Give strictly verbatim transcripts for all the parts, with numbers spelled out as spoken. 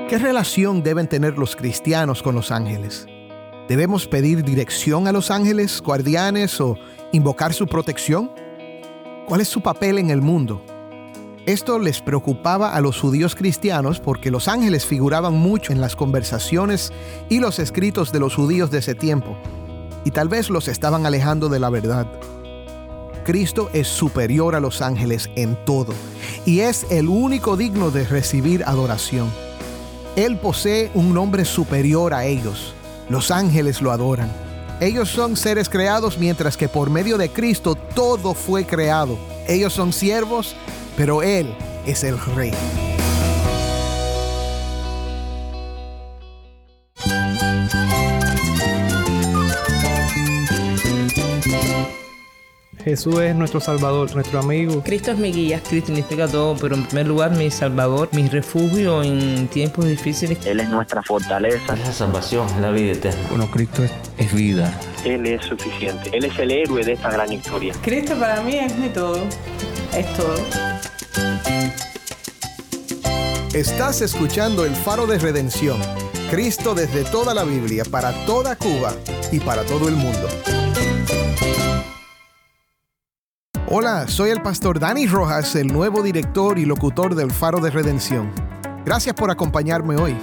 ¿Qué relación deben tener los cristianos con los ángeles? ¿Debemos pedir dirección a los ángeles, guardianes o invocar su protección? ¿Cuál es su papel en el mundo? Esto les preocupaba a los judíos cristianos porque los ángeles figuraban mucho en las conversaciones y los escritos de los judíos de ese tiempo, y tal vez los estaban alejando de la verdad. Cristo es superior a los ángeles en todo, y es el único digno de recibir adoración. Él posee un nombre superior a ellos. Los ángeles lo adoran. Ellos son seres creados, mientras que por medio de Cristo todo fue creado. Ellos son siervos, pero Él es el Rey. Jesús es nuestro Salvador, nuestro amigo. Cristo es mi guía. Cristo significa todo, pero en primer lugar mi Salvador, mi refugio en tiempos difíciles. Él es nuestra fortaleza. Es la salvación, es la vida eterna. Bueno, Cristo es, es vida. Él es suficiente. Él es el héroe de esta gran historia. Cristo para mí es mi todo. Es todo. Estás escuchando El Faro de Redención. Cristo desde toda la Biblia, para toda Cuba y para todo el mundo. Hola, soy el pastor Dani Rojas, el nuevo director y locutor del Faro de Redención. Gracias por acompañarme hoy.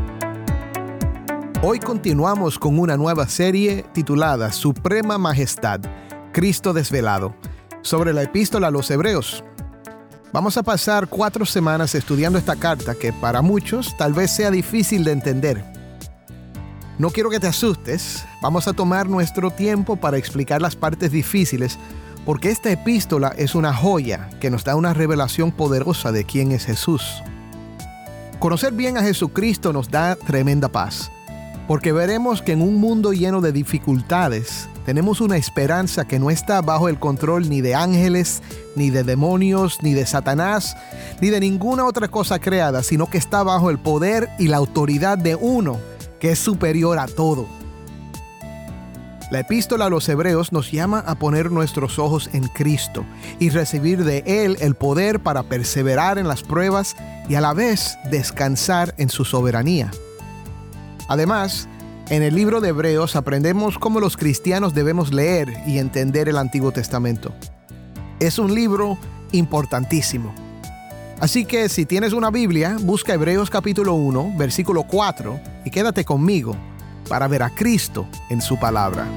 Hoy continuamos con una nueva serie titulada Suprema Majestad, Cristo Desvelado, sobre la epístola a los Hebreos. Vamos a pasar cuatro semanas estudiando esta carta que para muchos tal vez sea difícil de entender. No quiero que te asustes, vamos a tomar nuestro tiempo para explicar las partes difíciles, porque esta epístola es una joya que nos da una revelación poderosa de quién es Jesús. Conocer bien a Jesucristo nos da tremenda paz, porque veremos que en un mundo lleno de dificultades, tenemos una esperanza que no está bajo el control ni de ángeles, ni de demonios, ni de Satanás, ni de ninguna otra cosa creada, sino que está bajo el poder y la autoridad de uno que es superior a todo. La epístola a los Hebreos nos llama a poner nuestros ojos en Cristo y recibir de Él el poder para perseverar en las pruebas y a la vez descansar en su soberanía. Además, en el libro de Hebreos aprendemos cómo los cristianos debemos leer y entender el Antiguo Testamento. Es un libro importantísimo. Así que si tienes una Biblia, busca Hebreos capítulo uno, versículo cuatro y quédate conmigo para ver a Cristo en su palabra.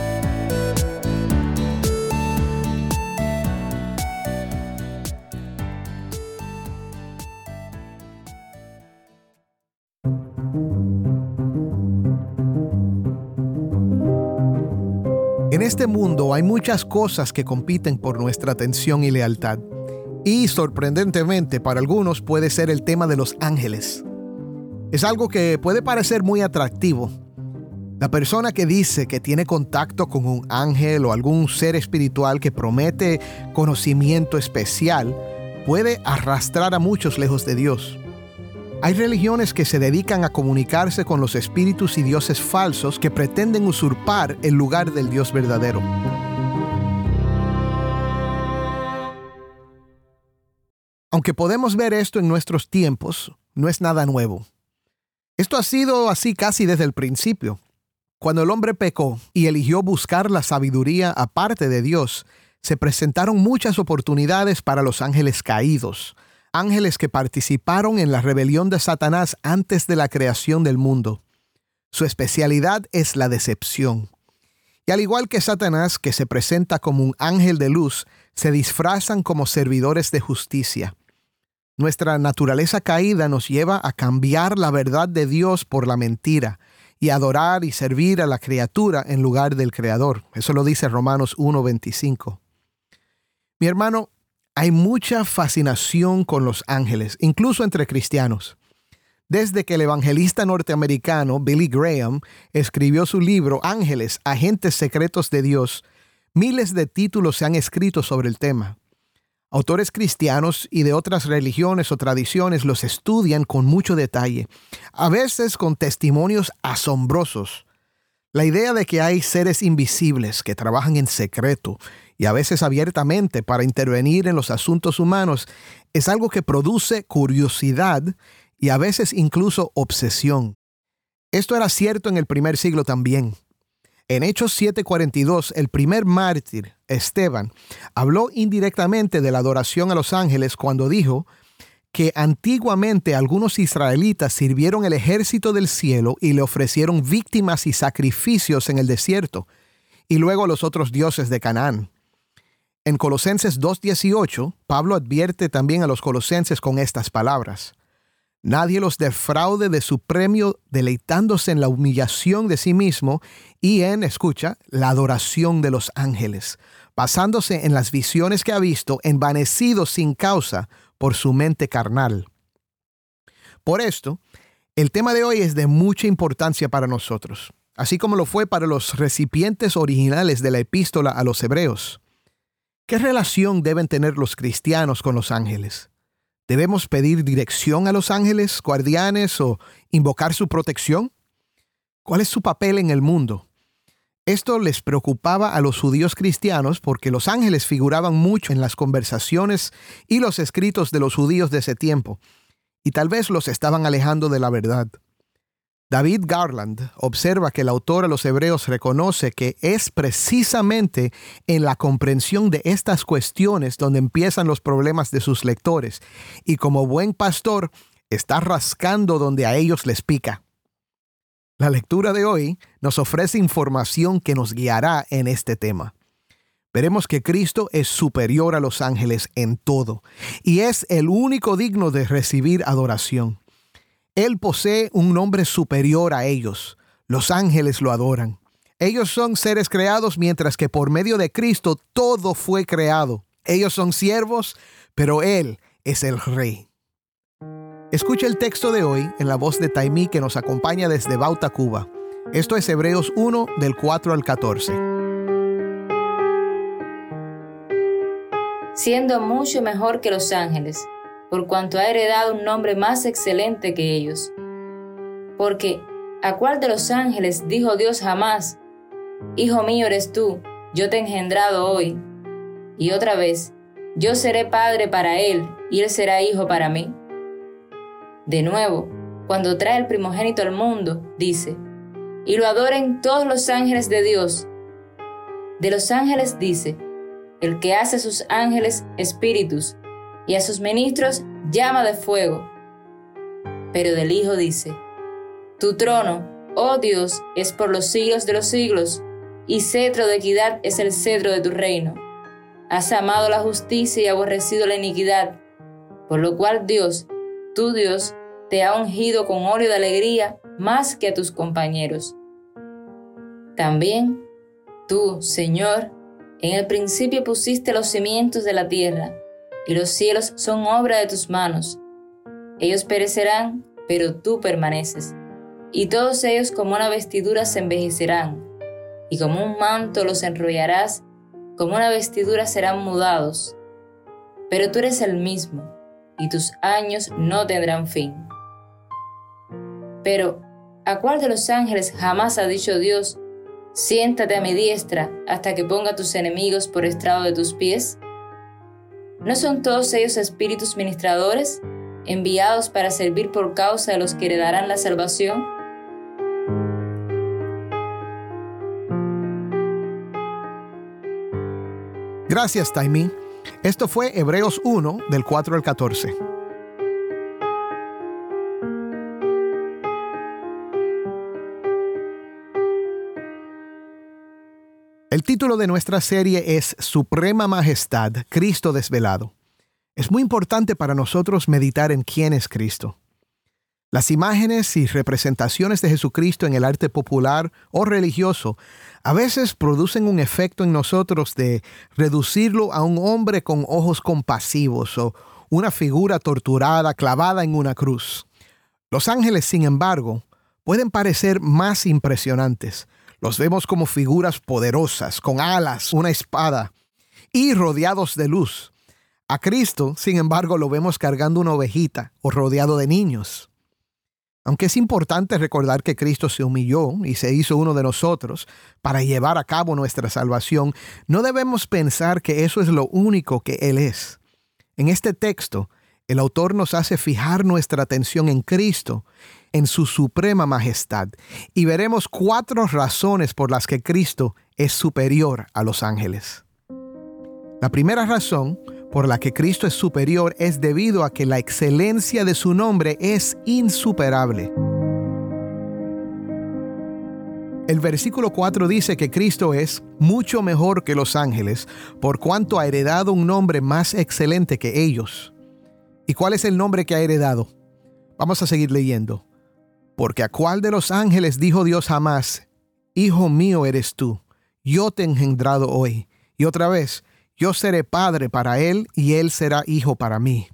En este mundo hay muchas cosas que compiten por nuestra atención y lealtad. Y sorprendentemente para algunos puede ser el tema de los ángeles. Es algo que puede parecer muy atractivo. La persona que dice que tiene contacto con un ángel o algún ser espiritual que promete conocimiento especial puede arrastrar a muchos lejos de Dios. Hay religiones que se dedican a comunicarse con los espíritus y dioses falsos que pretenden usurpar el lugar del Dios verdadero. Aunque podemos ver esto en nuestros tiempos, no es nada nuevo. Esto ha sido así casi desde el principio. Cuando el hombre pecó y eligió buscar la sabiduría aparte de Dios, se presentaron muchas oportunidades para los ángeles caídos, ángeles que participaron en la rebelión de Satanás antes de la creación del mundo. Su especialidad es la decepción. Y al igual que Satanás, que se presenta como un ángel de luz, se disfrazan como servidores de justicia. Nuestra naturaleza caída nos lleva a cambiar la verdad de Dios por la mentira y adorar y servir a la criatura en lugar del Creador. Eso lo dice Romanos uno veinticinco. Mi hermano, hay mucha fascinación con los ángeles, incluso entre cristianos. Desde que el evangelista norteamericano Billy Graham escribió su libro Ángeles, Agentes Secretos de Dios, miles de títulos se han escrito sobre el tema. Autores cristianos y de otras religiones o tradiciones los estudian con mucho detalle, a veces con testimonios asombrosos. La idea de que hay seres invisibles que trabajan en secreto y a veces abiertamente para intervenir en los asuntos humanos es algo que produce curiosidad y a veces incluso obsesión. Esto era cierto en el primer siglo también. En Hechos siete cuarenta y dos, el primer mártir, Esteban, habló indirectamente de la adoración a los ángeles cuando dijo que antiguamente algunos israelitas sirvieron el ejército del cielo y le ofrecieron víctimas y sacrificios en el desierto, y luego a los otros dioses de Canaán. En Colosenses dos dieciocho, Pablo advierte también a los colosenses con estas palabras: nadie los defraude de su premio, deleitándose en la humillación de sí mismo y en, escucha, la adoración de los ángeles, basándose en las visiones que ha visto, envanecido sin causa por su mente carnal. Por esto, el tema de hoy es de mucha importancia para nosotros, así como lo fue para los recipientes originales de la epístola a los hebreos. ¿Qué relación deben tener los cristianos con los ángeles? ¿Debemos pedir dirección a los ángeles, guardianes o invocar su protección? ¿Cuál es su papel en el mundo? Esto les preocupaba a los judíos cristianos porque los ángeles figuraban mucho en las conversaciones y los escritos de los judíos de ese tiempo, y tal vez los estaban alejando de la verdad. David Garland observa que el autor a los hebreos reconoce que es precisamente en la comprensión de estas cuestiones donde empiezan los problemas de sus lectores, y como buen pastor está rascando donde a ellos les pica. La lectura de hoy nos ofrece información que nos guiará en este tema. Veremos que Cristo es superior a los ángeles en todo, y es el único digno de recibir adoración. Él posee un nombre superior a ellos. Los ángeles lo adoran. Ellos son seres creados, mientras que por medio de Cristo todo fue creado. Ellos son siervos, pero Él es el Rey. Escucha el texto de hoy en la voz de Taimí, que nos acompaña desde Bauta, Cuba. Esto es Hebreos uno, del cuatro al catorce. Siendo mucho mejor que los ángeles, por cuanto ha heredado un nombre más excelente que ellos. Porque, ¿a cuál de los ángeles dijo Dios jamás: Hijo mío eres tú, yo te he engendrado hoy? Y otra vez, yo seré padre para él, y él será hijo para mí. De nuevo, cuando trae el primogénito al mundo, dice: y lo adoren todos los ángeles de Dios. De los ángeles dice: el que hace a sus ángeles espíritus, y a sus ministros llama de fuego. Pero del Hijo dice: tu trono, oh Dios, es por los siglos de los siglos, y cetro de equidad es el cetro de tu reino. Has amado la justicia y aborrecido la iniquidad, por lo cual Dios, tu Dios, te ha ungido con óleo de alegría más que a tus compañeros. También tú, Señor, en el principio pusiste los cimientos de la tierra, y los cielos son obra de tus manos. Ellos perecerán, pero tú permaneces, y todos ellos como una vestidura se envejecerán, y como un manto los enrollarás, como una vestidura serán mudados. Pero tú eres el mismo, y tus años no tendrán fin. Pero, ¿a cuál de los ángeles jamás ha dicho Dios: siéntate a mi diestra hasta que ponga tus enemigos por estrado de tus pies? ¿No son todos ellos espíritus ministradores, enviados para servir por causa de los que heredarán la salvación? Gracias, Taimí. Esto fue Hebreos uno, del cuatro al catorce. El título de nuestra serie es Suprema Majestad, Cristo desvelado. Es muy importante para nosotros meditar en quién es Cristo. Las imágenes y representaciones de Jesucristo en el arte popular o religioso a veces producen un efecto en nosotros de reducirlo a un hombre con ojos compasivos o una figura torturada clavada en una cruz. Los ángeles, sin embargo, pueden parecer más impresionantes. Los vemos como figuras poderosas, con alas, una espada y rodeados de luz. A Cristo, sin embargo, lo vemos cargando una ovejita o rodeado de niños. Aunque es importante recordar que Cristo se humilló y se hizo uno de nosotros para llevar a cabo nuestra salvación, no debemos pensar que eso es lo único que Él es. En este texto, El autor nos hace fijar nuestra atención en Cristo, en su suprema majestad, y veremos cuatro razones por las que Cristo es superior a los ángeles. La primera razón por la que Cristo es superior es debido a que la excelencia de su nombre es insuperable. El versículo cuatro dice que Cristo es mucho mejor que los ángeles, por cuanto ha heredado un nombre más excelente que ellos. ¿Y cuál es el nombre que ha heredado? Vamos a seguir leyendo. Porque a cuál de los ángeles dijo Dios jamás, Hijo mío eres tú, yo te he engendrado hoy. Y otra vez, yo seré padre para él y él será hijo para mí.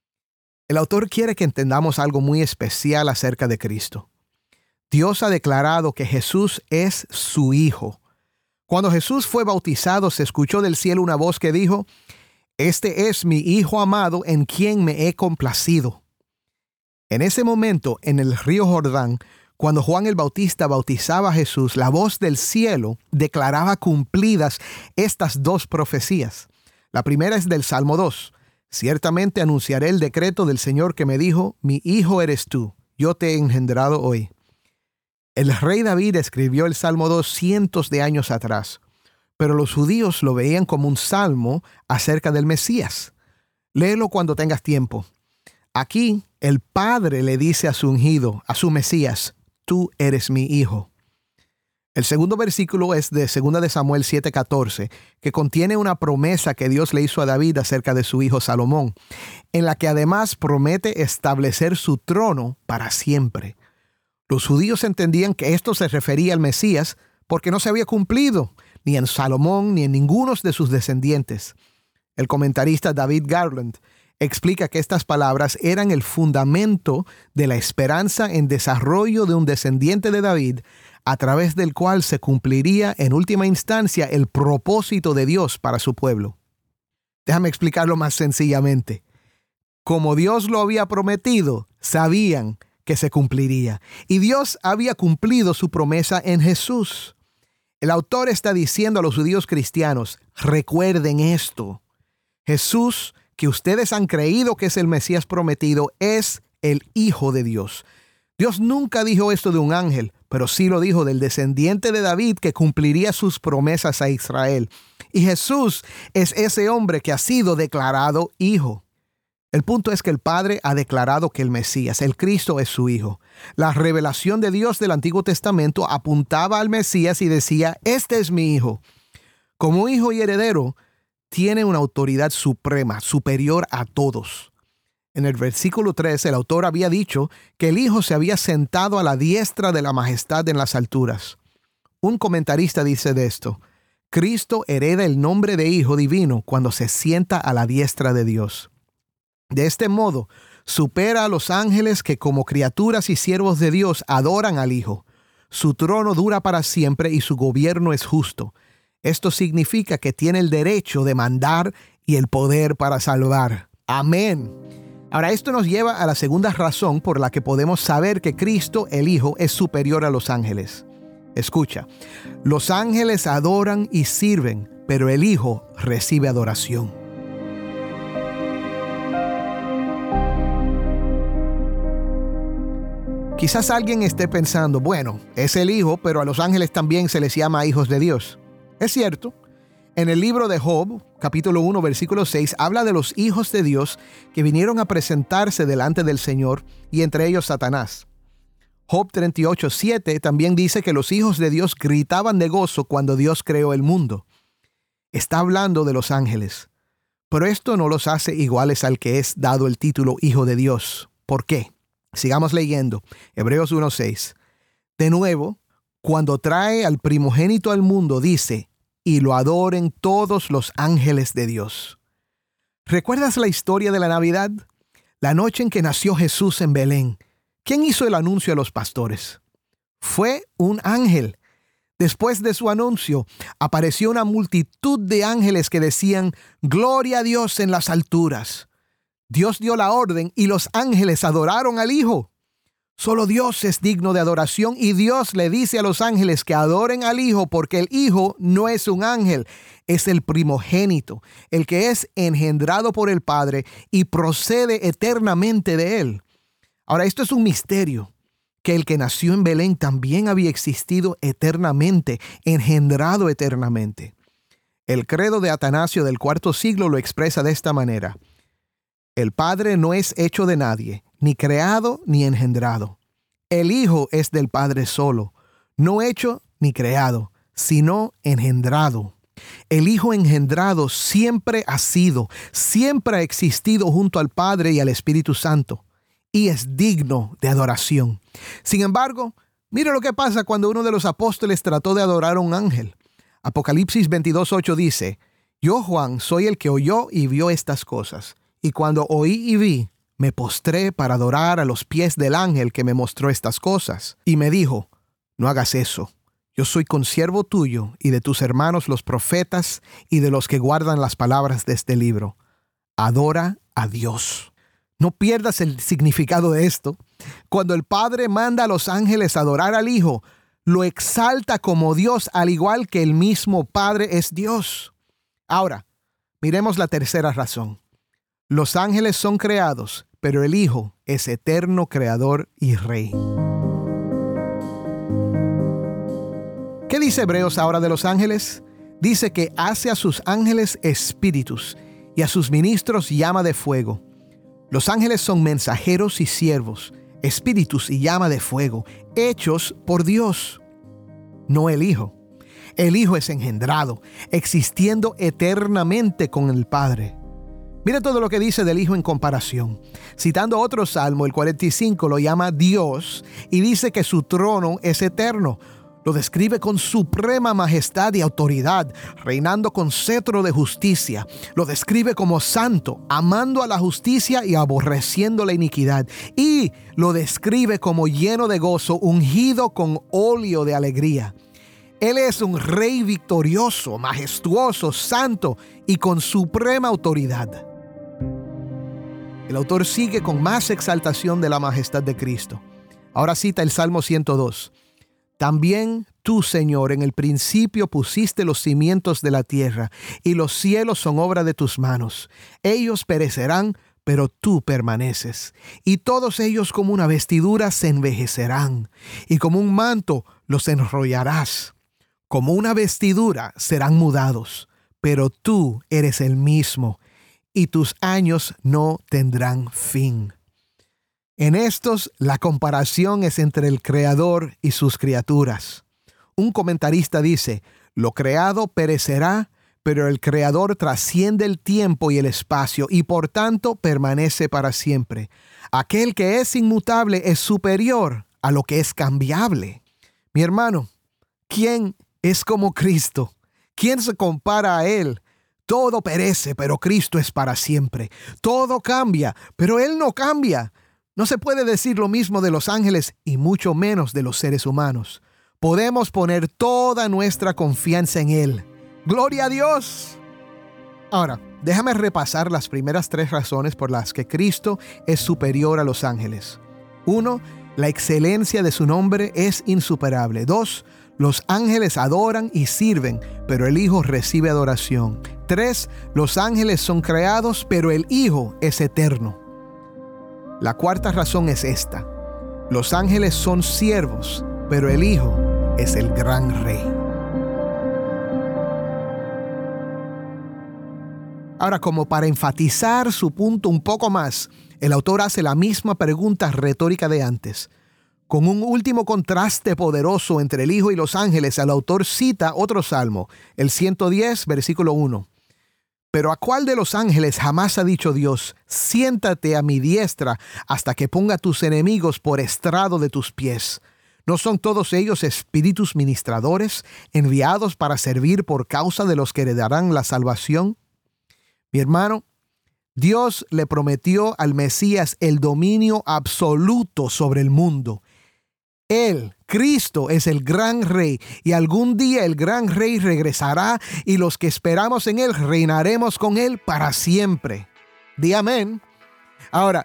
El autor quiere que entendamos algo muy especial acerca de Cristo. Dios ha declarado que Jesús es su Hijo. Cuando Jesús fue bautizado, se escuchó del cielo una voz que dijo, Este es mi Hijo amado en quien me he complacido. En ese momento, en el río Jordán, cuando Juan el Bautista bautizaba a Jesús, la voz del cielo declaraba cumplidas estas dos profecías. La primera es del Salmo dos. Ciertamente anunciaré el decreto del Señor que me dijo, mi Hijo eres tú, yo te he engendrado hoy. El rey David escribió el Salmo dos cientos de años atrás, pero los judíos lo veían como un salmo acerca del Mesías. Léelo cuando tengas tiempo. Aquí, el Padre le dice a su ungido, a su Mesías, tú eres mi Hijo. El segundo versículo es de segunda de Samuel siete catorce, que contiene una promesa que Dios le hizo a David acerca de su hijo Salomón, en la que además promete establecer su trono para siempre. Los judíos entendían que esto se refería al Mesías porque no se había cumplido ni en Salomón ni en ninguno de sus descendientes. El comentarista David Garland explica que estas palabras eran el fundamento de la esperanza en desarrollo de un descendiente de David, a través del cual se cumpliría en última instancia el propósito de Dios para su pueblo. Déjame explicarlo más sencillamente. Como Dios lo había prometido, sabían que se cumpliría. Y Dios había cumplido su promesa en Jesús. El autor está diciendo a los judíos cristianos, recuerden esto. Jesús, que ustedes han creído que es el Mesías prometido, es el Hijo de Dios. Dios nunca dijo esto de un ángel, pero sí lo dijo del descendiente de David que cumpliría sus promesas a Israel. Y Jesús es ese hombre que ha sido declarado Hijo. El punto es que el Padre ha declarado que el Mesías, el Cristo, es su Hijo. La revelación de Dios del Antiguo Testamento apuntaba al Mesías y decía, este es mi Hijo. Como hijo y heredero, tiene una autoridad suprema, superior a todos. En el versículo tres, el autor había dicho que el Hijo se había sentado a la diestra de la majestad en las alturas. Un comentarista dice de esto, Cristo hereda el nombre de Hijo divino cuando se sienta a la diestra de Dios. De este modo, supera a los ángeles que como criaturas y siervos de Dios adoran al Hijo. Su trono dura para siempre y su gobierno es justo. Esto significa que tiene el derecho de mandar y el poder para salvar. Amén. Ahora, esto nos lleva a la segunda razón por la que podemos saber que Cristo, el Hijo, es superior a los ángeles. Escucha, los ángeles adoran y sirven, pero el Hijo recibe adoración. Quizás alguien esté pensando, bueno, es el Hijo, pero a los ángeles también se les llama hijos de Dios. Es cierto, en el libro de Job, capítulo uno, versículo seis, habla de los hijos de Dios que vinieron a presentarse delante del Señor, y entre ellos Satanás. Job treinta y ocho, siete también dice que los hijos de Dios gritaban de gozo cuando Dios creó el mundo. Está hablando de los ángeles, pero esto no los hace iguales al que es dado el título Hijo de Dios. ¿Por qué? Sigamos leyendo. Hebreos uno seis. De nuevo, cuando trae al primogénito al mundo, dice, y lo adoren todos los ángeles de Dios. ¿Recuerdas la historia de la Navidad? La noche en que nació Jesús en Belén. ¿Quién hizo el anuncio a los pastores? Fue un ángel. Después de su anuncio, apareció una multitud de ángeles que decían, gloria a Dios en las alturas. Dios dio la orden y los ángeles adoraron al Hijo. Solo Dios es digno de adoración y Dios le dice a los ángeles que adoren al Hijo porque el Hijo no es un ángel, es el primogénito, el que es engendrado por el Padre y procede eternamente de Él. Ahora, esto es un misterio, que el que nació en Belén también había existido eternamente, engendrado eternamente. El credo de Atanasio del cuarto siglo lo expresa de esta manera: el Padre no es hecho de nadie, ni creado ni engendrado. El Hijo es del Padre solo, no hecho ni creado, sino engendrado. El Hijo engendrado siempre ha sido, siempre ha existido junto al Padre y al Espíritu Santo, y es digno de adoración. Sin embargo, mire lo que pasa cuando uno de los apóstoles trató de adorar a un ángel. Apocalipsis veintidós ocho dice: yo, Juan, soy el que oyó y vio estas cosas. Y cuando oí y vi, me postré para adorar a los pies del ángel que me mostró estas cosas. Y me dijo: no hagas eso. Yo soy consiervo tuyo y de tus hermanos los profetas y de los que guardan las palabras de este libro. Adora a Dios. No pierdas el significado de esto. Cuando el Padre manda a los ángeles a adorar al Hijo, lo exalta como Dios, al igual que el mismo Padre es Dios. Ahora, miremos la tercera razón. Los ángeles son creados, pero el Hijo es eterno creador y rey. ¿Qué dice Hebreos ahora de los ángeles? Dice que hace a sus ángeles espíritus y a sus ministros llama de fuego. Los ángeles son mensajeros y siervos, espíritus y llama de fuego, hechos por Dios, no el Hijo. El Hijo es engendrado, existiendo eternamente con el Padre. Mira todo lo que dice del Hijo en comparación. Citando otro salmo, el cuarenta y cinco lo llama Dios y dice que su trono es eterno. Lo describe con suprema majestad y autoridad, reinando con cetro de justicia. Lo describe como santo, amando a la justicia y aborreciendo la iniquidad. Y lo describe como lleno de gozo, ungido con óleo de alegría. Él es un rey victorioso, majestuoso, santo y con suprema autoridad. El autor sigue con más exaltación de la majestad de Cristo. Ahora cita el Salmo ciento dos. También tú, Señor, en el principio pusiste los cimientos de la tierra, y los cielos son obra de tus manos. Ellos perecerán, pero tú permaneces. Y todos ellos como una vestidura se envejecerán, y como un manto los enrollarás. Como una vestidura serán mudados, pero tú eres el mismo, y tus años no tendrán fin. En estos, la comparación es entre el Creador y sus criaturas. Un comentarista dice: lo creado perecerá, pero el Creador trasciende el tiempo y el espacio y por tanto permanece para siempre. Aquel que es inmutable es superior a lo que es cambiable. Mi hermano, ¿quién es como Cristo? ¿Quién se compara a Él? Todo perece, pero Cristo es para siempre. Todo cambia, pero Él no cambia. No se puede decir lo mismo de los ángeles y mucho menos de los seres humanos. Podemos poner toda nuestra confianza en Él. ¡Gloria a Dios! Ahora, déjame repasar las primeras tres razones por las que Cristo es superior a los ángeles. Uno, la excelencia de su nombre es insuperable. Dos, los ángeles adoran y sirven, pero el Hijo recibe adoración. Tres, los ángeles son creados, pero el Hijo es eterno. La cuarta razón es esta: los ángeles son siervos, pero el Hijo es el gran Rey. Ahora, como para enfatizar su punto un poco más, el autor hace la misma pregunta retórica de antes. Con un último contraste poderoso entre el Hijo y los ángeles, el autor cita otro salmo, el ciento diez, versículo uno. Pero ¿a cuál de los ángeles jamás ha dicho Dios: siéntate a mi diestra hasta que ponga tus enemigos por estrado de tus pies? ¿No son todos ellos espíritus ministradores, enviados para servir por causa de los que heredarán la salvación? Mi hermano, Dios le prometió al Mesías el dominio absoluto sobre el mundo. Él, Cristo, es el gran Rey, y algún día el gran Rey regresará y los que esperamos en Él reinaremos con Él para siempre. Di amén. Ahora,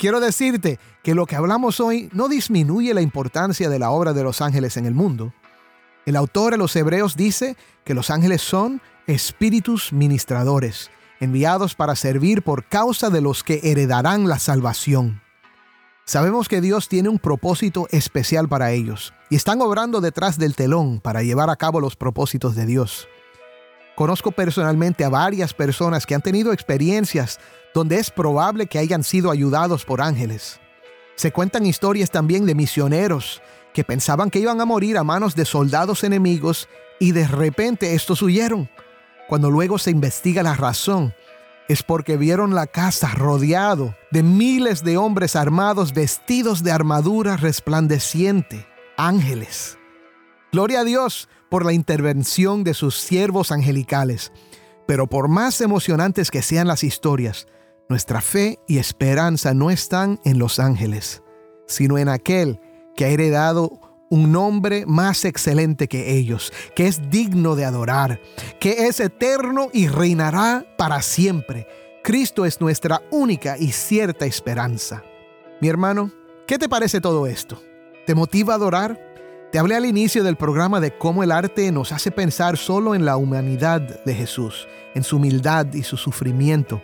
Quiero decirte que lo que hablamos hoy no disminuye la importancia de la obra de los ángeles en el mundo. El autor de los Hebreos dice que los ángeles son espíritus ministradores, enviados para servir por causa de los que heredarán la salvación. Sabemos que Dios tiene un propósito especial para ellos y están obrando detrás del telón para llevar a cabo los propósitos de Dios. Conozco personalmente a varias personas que han tenido experiencias donde es probable que hayan sido ayudados por ángeles. Se cuentan historias también de misioneros que pensaban que iban a morir a manos de soldados enemigos y de repente estos huyeron. Cuando luego se investiga la razón, es porque vieron la casa rodeado de miles de hombres armados vestidos de armadura resplandeciente, ángeles. Gloria a Dios por la intervención de sus siervos angelicales. Pero por más emocionantes que sean las historias, nuestra fe y esperanza no están en los ángeles, sino en aquel que ha heredado un nombre más excelente que ellos, que es digno de adorar, que es eterno y reinará para siempre. Cristo es nuestra única y cierta esperanza. Mi hermano, ¿qué te parece todo esto? ¿Te motiva a adorar? Te hablé al inicio del programa de cómo el arte nos hace pensar solo en la humanidad de Jesús, en su humildad y su sufrimiento,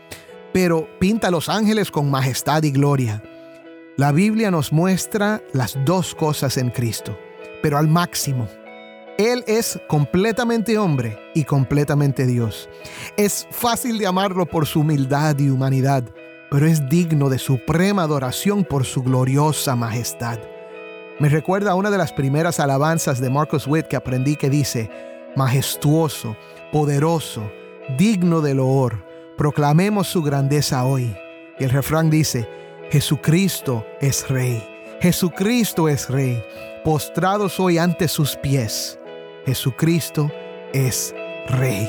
pero pinta a los ángeles con majestad y gloria. La Biblia nos muestra las dos cosas en Cristo, pero al máximo. Él es completamente hombre y completamente Dios. Es fácil de amarlo por su humildad y humanidad, pero es digno de suprema adoración por su gloriosa majestad. Me recuerda a una de las primeras alabanzas de Marcus Witt que aprendí que dice: majestuoso, poderoso, digno de loor, proclamemos su grandeza hoy. Y el refrán dice: Jesucristo es Rey, Jesucristo es Rey, postrado soy ante sus pies, Jesucristo es Rey.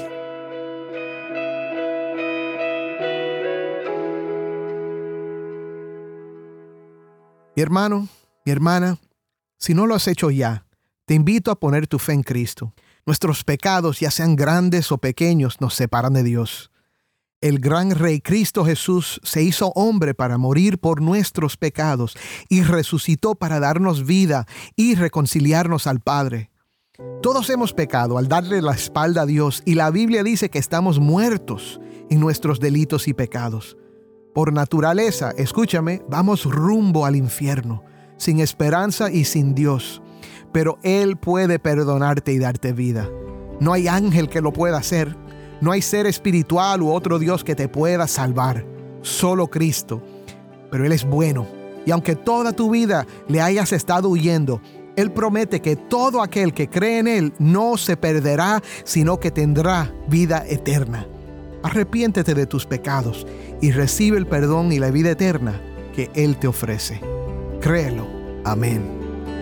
Mi hermano, mi hermana, si no lo has hecho ya, te invito a poner tu fe en Cristo. Nuestros pecados, ya sean grandes o pequeños, nos separan de Dios. El gran Rey Cristo Jesús se hizo hombre para morir por nuestros pecados y resucitó para darnos vida y reconciliarnos al Padre. Todos hemos pecado al darle la espalda a Dios y la Biblia dice que estamos muertos en nuestros delitos y pecados. Por naturaleza, escúchame, vamos rumbo al infierno, sin esperanza y sin Dios. Pero Él puede perdonarte y darte vida. No hay ángel que lo pueda hacer. No hay ser espiritual u otro Dios que te pueda salvar. Solo Cristo. Pero Él es bueno. Y aunque toda tu vida le hayas estado huyendo, Él promete que todo aquel que cree en Él no se perderá, sino que tendrá vida eterna. Arrepiéntete de tus pecados y recibe el perdón y la vida eterna que Él te ofrece. Créelo. Amén.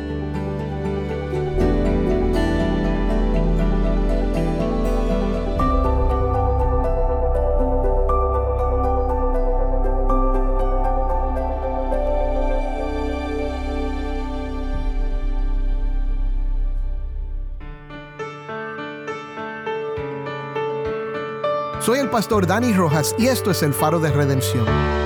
Soy el pastor Dani Rojas y esto es el Faro de Redención.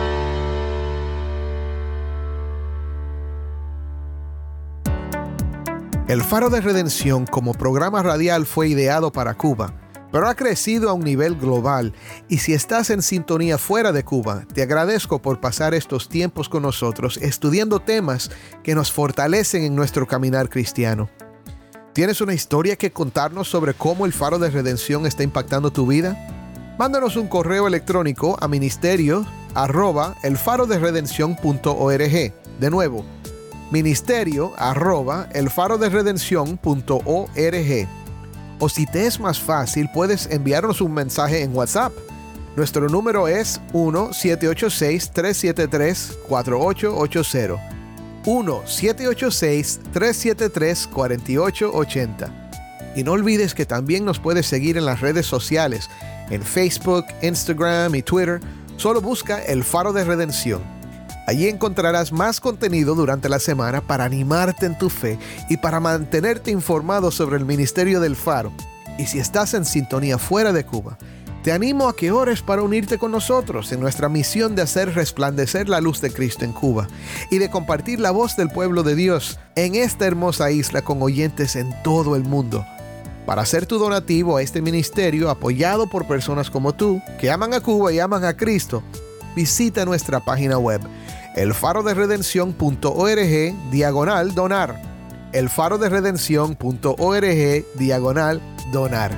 El Faro de Redención como programa radial fue ideado para Cuba, pero ha crecido a un nivel global y si estás en sintonía fuera de Cuba, te agradezco por pasar estos tiempos con nosotros estudiando temas que nos fortalecen en nuestro caminar cristiano. ¿Tienes una historia que contarnos sobre cómo el Faro de Redención está impactando tu vida? Mándanos un correo electrónico a ministerio arroba elfaroderedención.org. De nuevo, ministerio arroba elfaroderedención.org. O si te es más fácil, puedes enviarnos un mensaje en WhatsApp. Nuestro número es uno siete ocho seis, tres siete tres, cuatro ocho ocho cero. uno siete ocho seis, tres siete tres, cuatro ocho ocho cero. Y no olvides que también nos puedes seguir en las redes sociales, en Facebook, Instagram y Twitter. Solo busca El Faro de Redención. Allí encontrarás más contenido durante la semana para animarte en tu fe y para mantenerte informado sobre el ministerio del Faro. Y si estás en sintonía fuera de Cuba, Te animo a que ores para unirte con nosotros en nuestra misión de hacer resplandecer la luz de Cristo en Cuba y de compartir la voz del pueblo de Dios en esta hermosa isla con oyentes en todo el mundo. Para hacer tu donativo a este ministerio apoyado por personas como tú que aman a Cuba y aman a Cristo, visita nuestra página web el faro de redención punto org diagonal donar. el faro de redención punto org diagonal donar.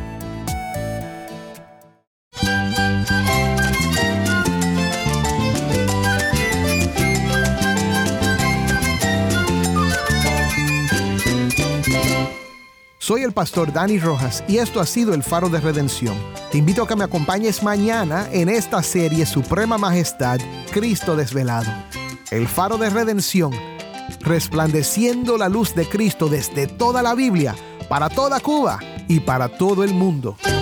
Soy el pastor Dani Rojas y esto ha sido el Faro de Redención. Te invito a que me acompañes mañana en esta serie Suprema Majestad, Cristo Desvelado. El Faro de Redención, resplandeciendo la luz de Cristo desde toda la Biblia, para toda Cuba y para todo el mundo.